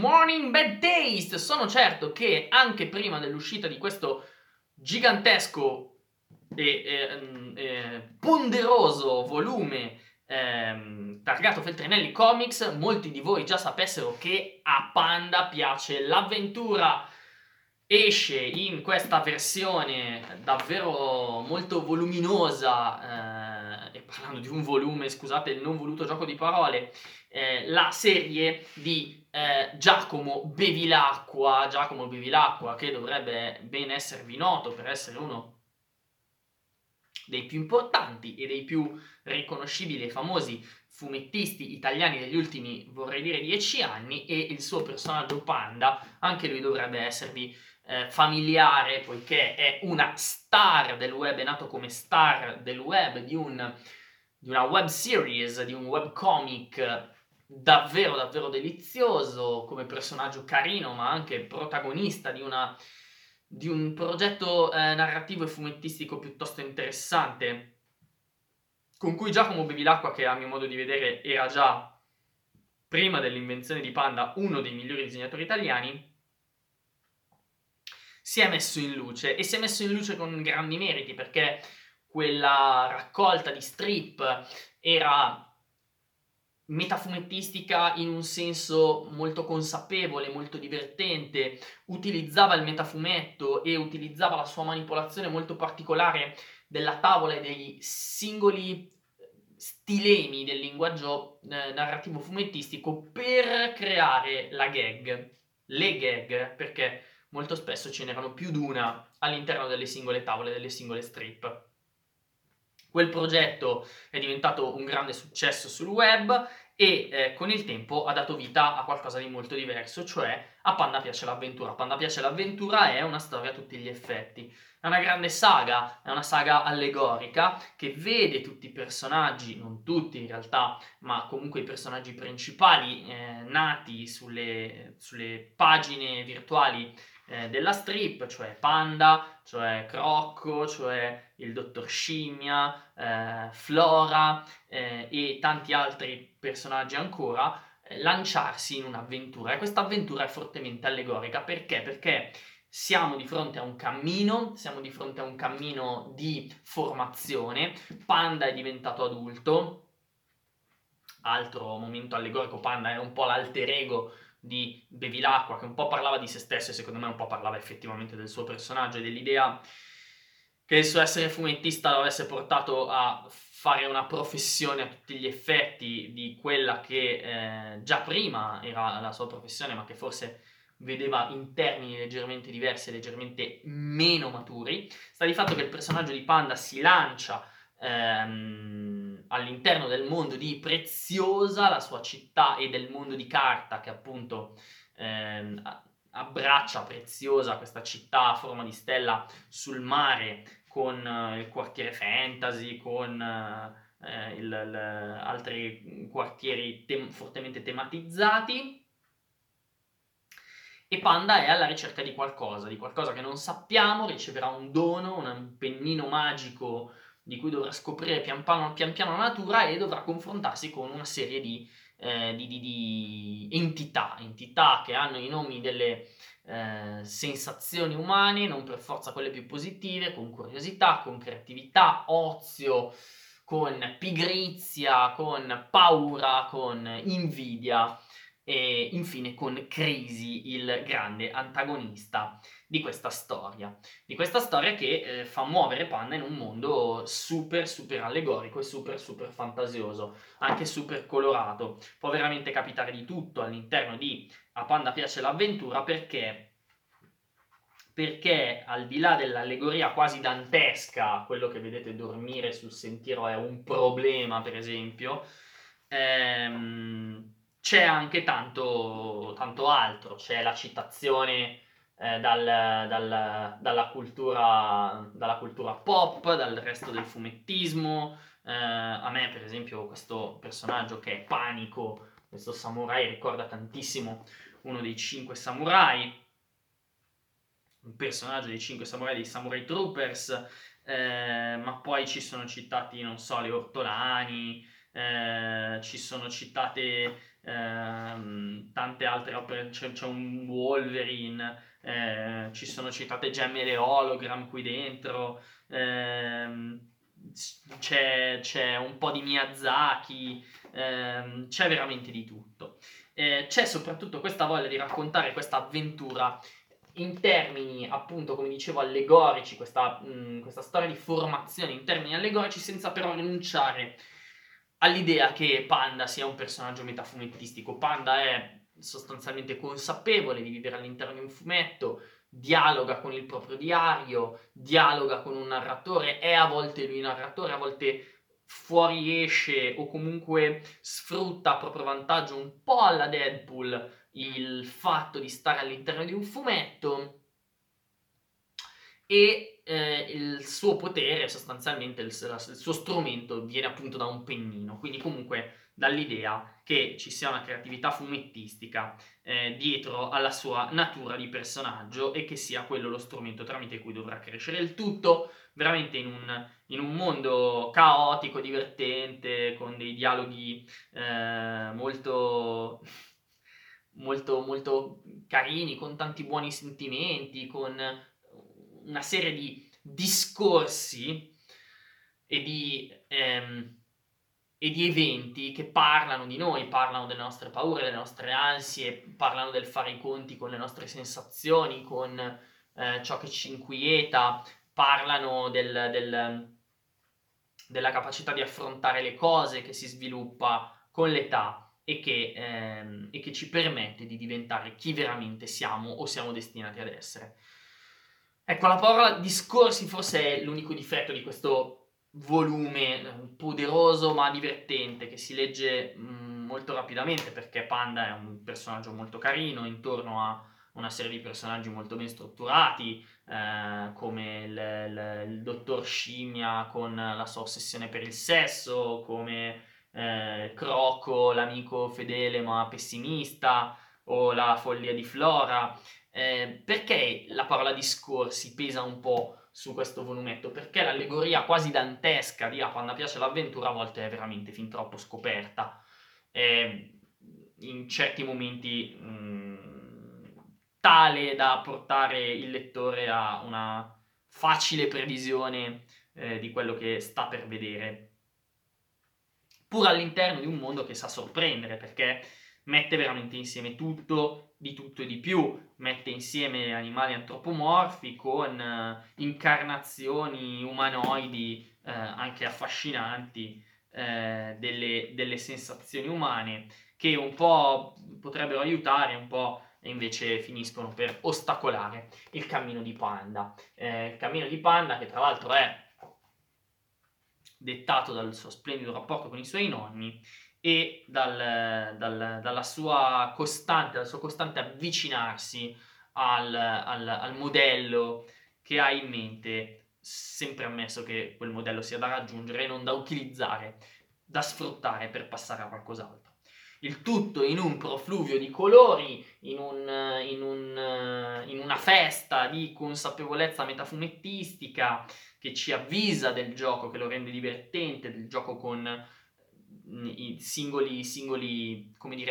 morning, bad taste! Sono certo che anche prima dell'uscita di questo gigantesco e ponderoso volume targato Feltrinelli Comics, molti di voi già sapessero che a Panda piace l'avventura. Esce in questa versione davvero molto voluminosa, e parlando di un volume, scusate il non voluto gioco di parole, la serie di Giacomo Bevilacqua, che dovrebbe ben esservi noto per essere uno dei più importanti e dei più riconoscibili e famosi fumettisti italiani degli ultimi, vorrei dire, 10 anni, e il suo personaggio Panda, anche lui dovrebbe esservi familiare, poiché è una star del web, è nato come star del web di una web series, di un webcomic davvero davvero delizioso, come personaggio carino, ma anche protagonista di un progetto narrativo e fumettistico piuttosto interessante, con cui Giacomo Bevilacqua, che a mio modo di vedere era già, prima dell'invenzione di Panda, uno dei migliori disegnatori italiani, si è messo in luce, e si è messo in luce con grandi meriti, perché quella raccolta di strip era metafumettistica in un senso molto consapevole, molto divertente, utilizzava il metafumetto e utilizzava la sua manipolazione molto particolare della tavola e dei singoli stilemi del linguaggio narrativo fumettistico per creare le gag, perché molto spesso ce n'erano più di una all'interno delle singole tavole, delle singole strip. Quel progetto è diventato un grande successo sul web e con il tempo ha dato vita a qualcosa di molto diverso, cioè a Panda piace l'avventura. Panda piace l'avventura è una storia a tutti gli effetti. È una grande saga, è una saga allegorica che vede tutti i personaggi, non tutti in realtà, ma comunque i personaggi principali nati sulle pagine virtuali della strip, cioè Panda, cioè Crocco, cioè il Dottor Scimmia, Flora e tanti altri personaggi ancora, lanciarsi in un'avventura. E questa avventura è fortemente allegorica. Perché? Perché siamo di fronte a un cammino di formazione. Panda è diventato adulto. Altro momento allegorico, Panda è un po' l'alter ego di Bevilacqua, che un po' parlava di se stesso e secondo me un po' parlava effettivamente del suo personaggio e dell'idea che il suo essere fumettista lo avesse portato a fare una professione a tutti gli effetti di quella che già prima era la sua professione, ma che forse vedeva in termini leggermente diversi e leggermente meno maturi. Sta di fatto che il personaggio di Panda si lancia all'interno del mondo di Preziosa, la sua città, e del mondo di carta che appunto abbraccia Preziosa, questa città a forma di stella sul mare, con il quartiere fantasy, con altri quartieri fortemente tematizzati. E Panda è alla ricerca di qualcosa che non sappiamo, riceverà un dono, un pennino magico di cui dovrà scoprire pian piano la natura, e dovrà confrontarsi con una serie di entità che hanno i nomi delle sensazioni umane, non per forza quelle più positive, con curiosità, con creatività, ozio, con pigrizia, con paura, con invidia e infine con Crisi, il grande antagonista di questa storia. Di questa storia che fa muovere Panda in un mondo super super allegorico e super super fantasioso, anche super colorato. Può veramente capitare di tutto all'interno di A Panda piace l'avventura, perché al di là dell'allegoria quasi dantesca, quello che vedete dormire sul sentiero è un problema, per esempio, c'è anche tanto altro. C'è la citazione dalla cultura pop, dal resto del fumettismo. A me, per esempio, questo personaggio che è Panico, questo samurai, ricorda tantissimo uno dei 5 samurai, un personaggio dei 5 samurai, dei Samurai Troopers, ma poi ci sono citati, non so, le ortolani, ci sono citate tante altre opere, c'è un Wolverine, ci sono citate gemme e hologram qui dentro, c'è un po' di Miyazaki, c'è veramente di tutto. C'è soprattutto questa voglia di raccontare questa avventura in termini, appunto, come dicevo, allegorici, questa storia di formazione in termini allegorici, senza però rinunciare all'idea che Panda sia un personaggio metafumettistico. Panda è sostanzialmente consapevole di vivere all'interno di un fumetto, dialoga con il proprio diario, dialoga con un narratore, è a volte lui narratore, a volte fuoriesce o comunque sfrutta a proprio vantaggio, un po' alla Deadpool, il fatto di stare all'interno di un fumetto, e il suo potere, sostanzialmente il suo strumento, viene appunto da un pennino, quindi comunque dall'idea che ci sia una creatività fumettistica dietro alla sua natura di personaggio, e che sia quello lo strumento tramite cui dovrà crescere. Il tutto veramente in un mondo caotico, divertente, con dei dialoghi molto molto carini, con tanti buoni sentimenti, con una serie di discorsi e di eventi che parlano di noi, parlano delle nostre paure, delle nostre ansie, parlano del fare i conti con le nostre sensazioni, con ciò che ci inquieta, parlano della capacità di affrontare le cose che si sviluppa con l'età e che ci permette di diventare chi veramente siamo o siamo destinati ad essere. Ecco, la parola discorsi forse è l'unico difetto di questo volume poderoso ma divertente, che si legge molto rapidamente, perché Panda è un personaggio molto carino, intorno a una serie di personaggi molto ben strutturati, come il dottor Scimmia con la sua ossessione per il sesso, come Croco, l'amico fedele ma pessimista, o la follia di Flora. Perché la parola discorsi pesa un po' su questo volumetto? Perché l'allegoria quasi dantesca di Quando piace l'avventura a volte è veramente fin troppo scoperta. In certi momenti tale da portare il lettore a una facile previsione di quello che sta per vedere, pur all'interno di un mondo che sa sorprendere, perché mette veramente insieme tutto e di più, mette insieme animali antropomorfi con incarnazioni umanoidi anche affascinanti, delle sensazioni umane che un po' potrebbero aiutare, un po' e invece finiscono per ostacolare il cammino di Panda. Il cammino di Panda, che tra l'altro è dettato dal suo splendido rapporto con i suoi nonni e dal suo costante avvicinarsi al modello che ha in mente, sempre ammesso che quel modello sia da raggiungere e non da utilizzare, da sfruttare per passare a qualcos'altro. Il tutto in un profluvio di colori, in una festa di consapevolezza metafumettistica che ci avvisa del gioco, che lo rende divertente, del gioco con i singoli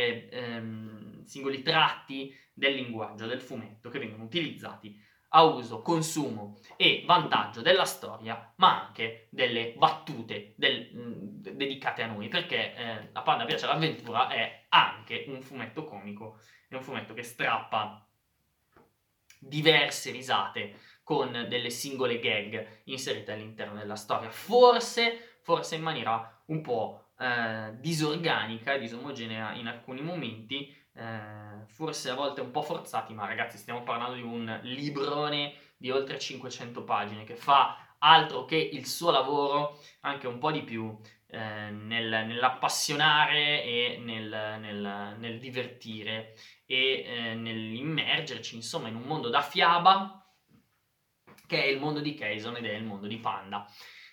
tratti del linguaggio del fumetto che vengono utilizzati a uso, consumo e vantaggio della storia, ma anche delle battute dedicate a noi, perché A Panda piace l'avventura è anche un fumetto comico, è un fumetto che strappa diverse risate con delle singole gag inserite all'interno della storia, forse in maniera un po' disorganica, disomogenea in alcuni momenti, forse a volte un po' forzati, ma ragazzi, stiamo parlando di un librone di oltre 500 pagine che fa altro che il suo lavoro, anche un po' di più, nell'appassionare e nel divertire e nell'immergerci insomma in un mondo da fiaba che è il mondo di Keyson ed è il mondo di Panda.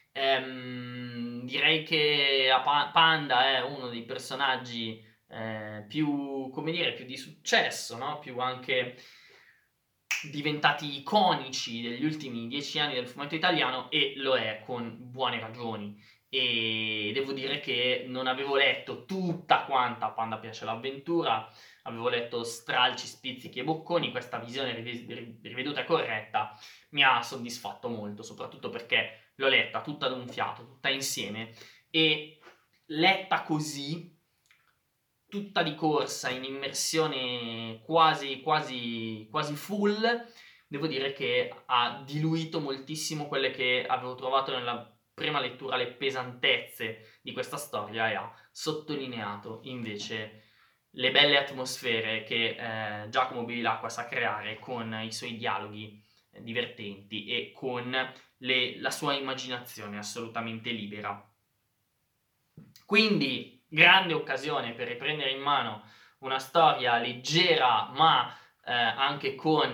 Direi che Panda è uno dei personaggi più, come dire, più di successo, no? Più anche diventati iconici degli ultimi 10 anni del fumetto italiano, e lo è con buone ragioni. e devo dire che non avevo letto tutta quanta Panda piace l'avventura, avevo letto stralci, spizzichi e bocconi. Questa visione riveduta e corretta mi ha soddisfatto molto, soprattutto perché l'ho letta tutta ad un fiato, tutta insieme, e letta così, tutta di corsa, in immersione quasi full, devo dire che ha diluito moltissimo quelle che avevo trovato nella prima lettura, le pesantezze di questa storia, e ha sottolineato invece le belle atmosfere che Giacomo Bevilacqua sa creare con i suoi dialoghi divertenti e con la sua immaginazione assolutamente libera. Quindi, grande occasione per riprendere in mano una storia leggera, ma anche con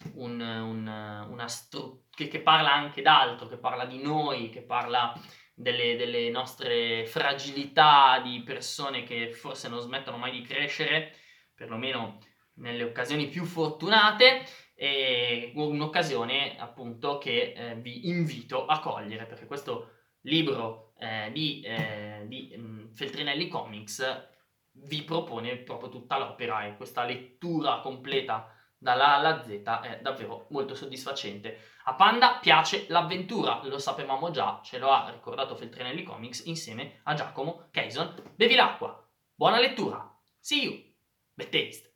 che parla anche d'altro, che parla di noi, che parla delle nostre fragilità, di persone che forse non smettono mai di crescere, perlomeno nelle occasioni più fortunate, e un'occasione appunto che vi invito a cogliere, perché questo libro di Feltrinelli Comics vi propone proprio tutta l'opera, e questa lettura completa dalla A alla Z è davvero molto soddisfacente. A Panda piace l'avventura, lo sapevamo già, ce lo ha ricordato Feltrinelli Comics insieme a Giacomo Cason Bevilacqua. Buona lettura, see you, bad taste!